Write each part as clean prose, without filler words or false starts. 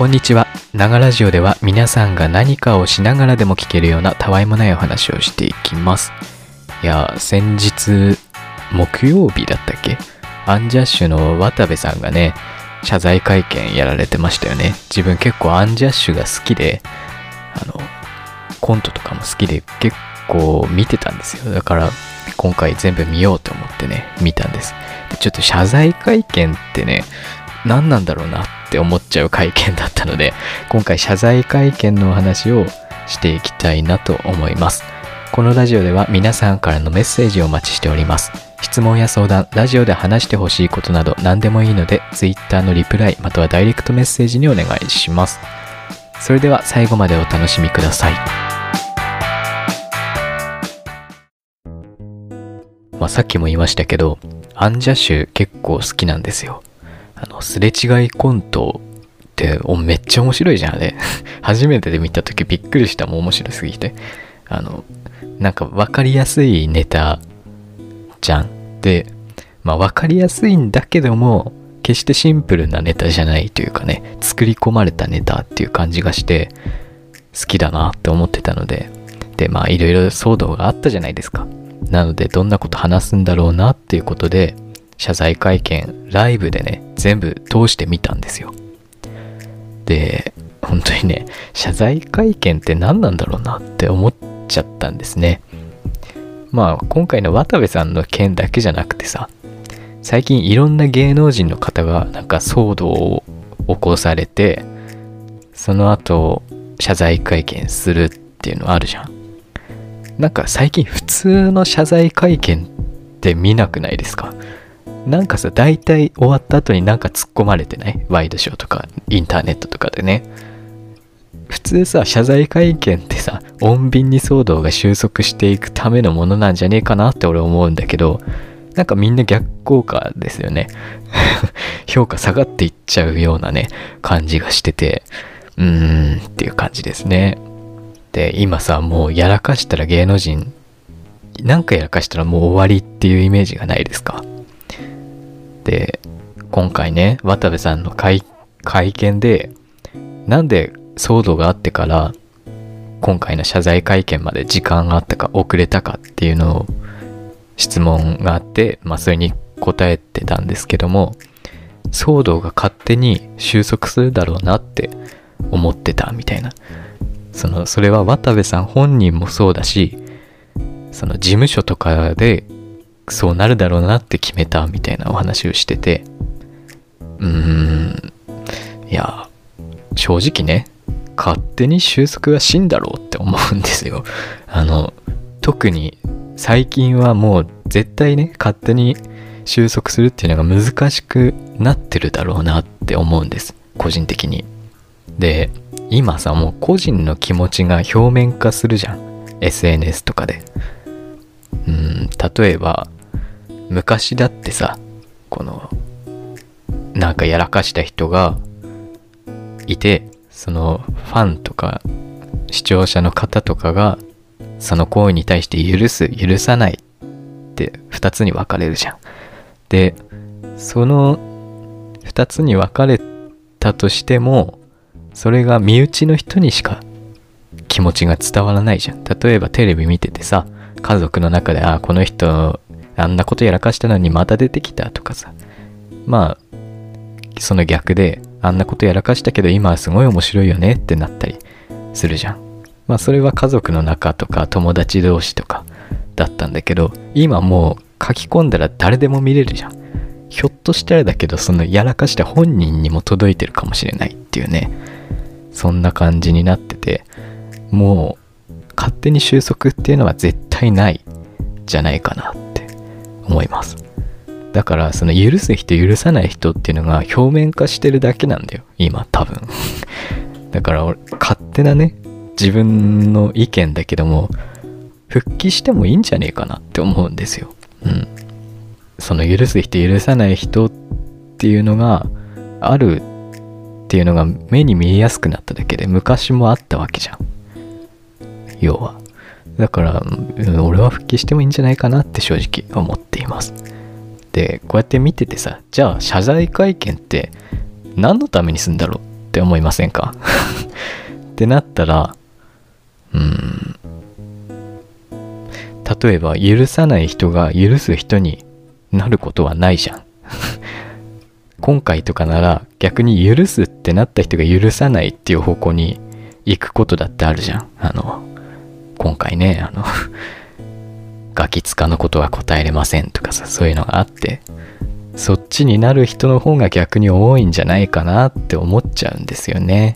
こんにちは。ながラジオでは皆さんが何かをしながらでも聞けるようなたわいもないお話をしていきます。いや、先日木曜日だったっけ、アンジャッシュの渡部さんがね、謝罪会見やられてましたよね。自分結構アンジャッシュが好きで、コントとかも好きで結構見てたんですよ。だから今回全部見ようと思ってね、見たんです。でちょっと謝罪会見ってね、何なんだろうなって思っちゃう会見だったので、今回謝罪会見のお話をしていきたいなと思います。このラジオでは皆さんからのメッセージをお待ちしております。質問や相談、ラジオで話してほしいことなど何でもいいので、Twitter のリプライまたはダイレクトメッセージにお願いします。それでは最後までお楽しみください。さっきも言いましたけど、アンジャッシュ結構好きなんですよ。すれ違いコントってめっちゃ面白いじゃん、あれ。初めてで見た時びっくりした、もう面白すぎて。なんか分かりやすいネタじゃん。で、分かりやすいんだけども、決してシンプルなネタじゃないというかね、作り込まれたネタっていう感じがして好きだなって思ってたので、でいろいろ騒動があったじゃないですか。なのでどんなこと話すんだろうなっていうことで、謝罪会見ライブでね全部通してみたんですよ。で、本当にね、謝罪会見って何なんだろうなって思っちゃったんですね。今回の渡部さんの件だけじゃなくてさ、最近いろんな芸能人の方がなんか騒動を起こされて、その後謝罪会見するっていうのあるじゃん。なんか最近普通の謝罪会見って見なくないですか？なんかさ、大体終わった後になんか突っ込まれてない？ワイドショーとかインターネットとかでね。普通さ、謝罪会見ってさ、穏便に騒動が収束していくためのものなんじゃねえかなって俺思うんだけど、なんかみんな逆効果ですよね。評価下がっていっちゃうようなね、感じがしてて、っていう感じですね。で、今さ、もうやらかしたら芸能人、なんかやらかしたらもう終わりっていうイメージがないですか？で、今回ね、渡部さんの会見で、なんで騒動があってから今回の謝罪会見まで時間があったか遅れたかっていうのを質問があって、それに答えてたんですけども、騒動が勝手に収束するだろうなって思ってたみたいな。それは渡部さん本人もそうだし、その事務所とかでそうなるだろうなって決めたみたいなお話をしてて、いや、正直ね、勝手に収束はしんだろうって思うんですよ。特に最近はもう絶対ね、勝手に収束するっていうのが難しくなってるだろうなって思うんです、個人的に。で、今さ、もう個人の気持ちが表面化するじゃん、 SNS とかで。例えば昔だってさ、なんかやらかした人がいて、そのファンとか視聴者の方とかがその行為に対して許す許さないって2つに分かれるじゃん。で、その2つに分かれたとしても、それが身内の人にしか気持ちが伝わらないじゃん。例えばテレビ見ててさ、家族の中でこの人あんなことやらかしたのにまた出てきたとかさ、その逆であんなことやらかしたけど今はすごい面白いよねってなったりするじゃん。それは家族の中とか友達同士とかだったんだけど、今もう書き込んだら誰でも見れるじゃん。ひょっとしたらだけど、そのやらかした本人にも届いてるかもしれないっていうね、そんな感じになってて、もう勝手に収束っていうのは絶対ないじゃないかなって思います。だからその許す人許さない人っていうのが表面化してるだけなんだよ今多分。だから俺勝手なね、自分の意見だけども復帰してもいいんじゃねえかなって思うんですよ。その許す人許さない人っていうのがあるっていうのが目に見えやすくなっただけで、昔もあったわけじゃん、要は。だから俺は復帰してもいいんじゃないかなって正直思っています。で、こうやって見ててさ、じゃあ謝罪会見って何のためにするんだろうっって思いませんか？ってなったら、例えば許さない人が許す人になることはないじゃん。今回とかなら逆に許すってなった人が許さないっていう方向に行くことだってあるじゃん。今回ね、ガキ使のことは答えれませんとかさ、そういうのがあって、そっちになる人の方が逆に多いんじゃないかなって思っちゃうんですよね。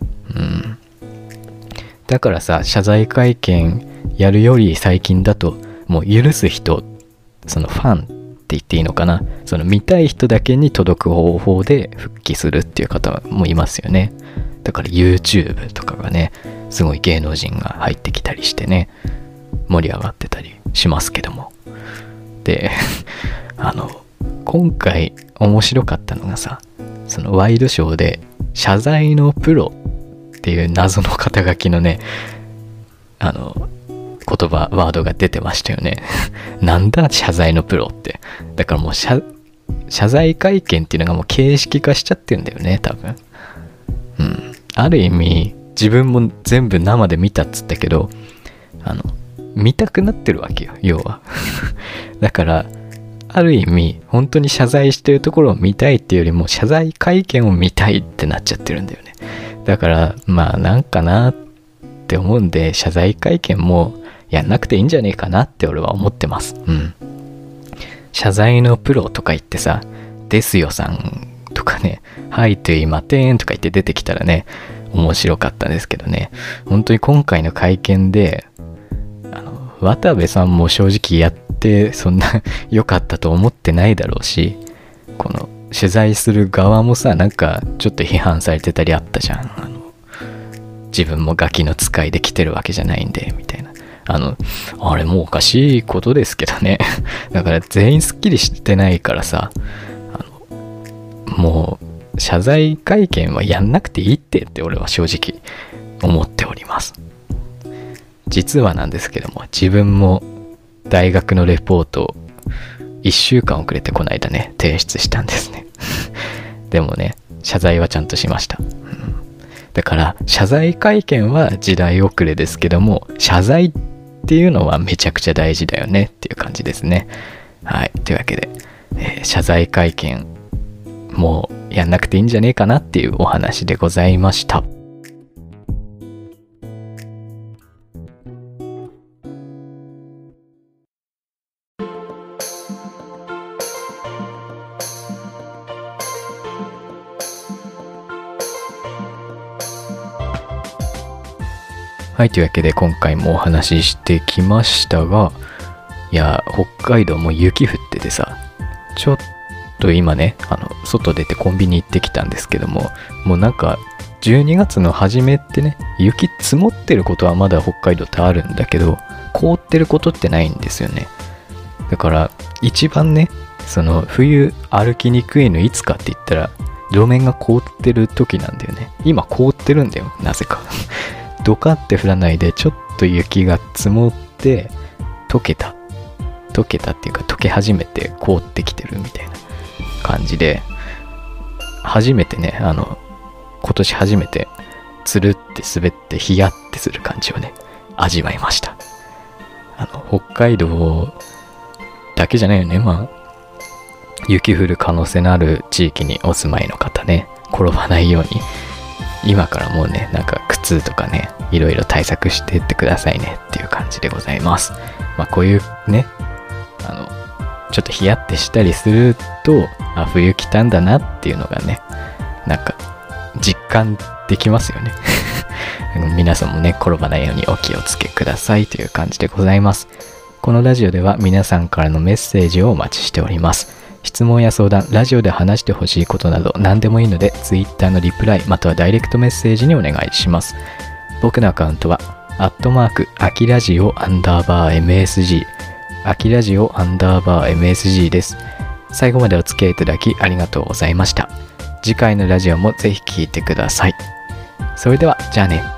だからさ、謝罪会見やるより最近だともう許す人、そのファンって言っていいのかな、その見たい人だけに届く方法で復帰するっていう方もいますよね。だから YouTube とかがね、すごい芸能人が入ってきたりしてね、盛り上がってたりしますけども。で、今回面白かったのがさ、そのワイドショーで謝罪のプロっていう謎の肩書きのね、言葉、ワードが出てましたよね。なんだ謝罪のプロって。だからもう謝罪会見っていうのがもう形式化しちゃってるんだよね、多分。ある意味、自分も全部生で見たっつったけど、見たくなってるわけよ、要は。だから、ある意味、本当に謝罪してるところを見たいっていうよりも、謝罪会見を見たいってなっちゃってるんだよね。だから、まあ、なんかなって思うんで、謝罪会見もやんなくていいんじゃねえかなって俺は思ってます。謝罪のプロとか言ってさ、ですよさんとかね、はいと言いまてんとか言って出てきたらね、面白かったんですけどね、本当に今回の会見で、渡部さんも正直やってそんな良かったと思ってないだろうし、この取材する側もさ、なんかちょっと批判されてたりあったじゃん。自分もガキの使いで来てるわけじゃないんでみたいな、あれもうおかしいことですけどね。だから全員すっきりしてないからさ、もう謝罪会見はやんなくていいって俺は正直思っております。実はなんですけども、自分も大学のレポートを1週間遅れてこないだね、提出したんですね。でもね、謝罪はちゃんとしました。だから謝罪会見は時代遅れですけども、謝罪っていうのはめちゃくちゃ大事だよねっていう感じですね。はい、というわけで、謝罪会見もうやんなくていいんじゃねえかなっていうお話でございました。はい、というわけで今回もお話ししてきましたが、いや、北海道も雪降っててさ、ちょっと今ね、外出てコンビニ行ってきたんですけども、もうなんか12月の初めってね、雪積もってることはまだ北海道ってあるんだけど、凍ってることってないんですよね。だから一番ね、その冬歩きにくいのいつかって言ったら、路面が凍ってる時なんだよね。今凍ってるんだよ、なぜか。ドカって降らないで、ちょっと雪が積もって溶けたっていうか、溶け始めて凍ってきてるみたいな感じで、初めてね、今年初めてつるって滑ってヒヤってする感じをね、味わいました。北海道だけじゃないよね。まあ雪降る可能性のある地域にお住まいの方ね、転ばないように今からもうね、なんか靴とかね、いろいろ対策していってくださいねっていう感じでございます。まあこういうね、ちょっとヒヤってしたりすると、あ、冬来たんだなっていうのがね、なんか実感できますよね。皆さんもね、転ばないようにお気をつけくださいという感じでございます。このラジオでは皆さんからのメッセージをお待ちしております。質問や相談、ラジオで話してほしいことなど何でもいいので、Twitter のリプライまたはダイレクトメッセージにお願いします。僕のアカウントは、アキラジオ_MSG、アキラジオ_MSG です。最後までお付き合いいただきありがとうございました。次回のラジオもぜひ聞いてください。それでは、じゃあね。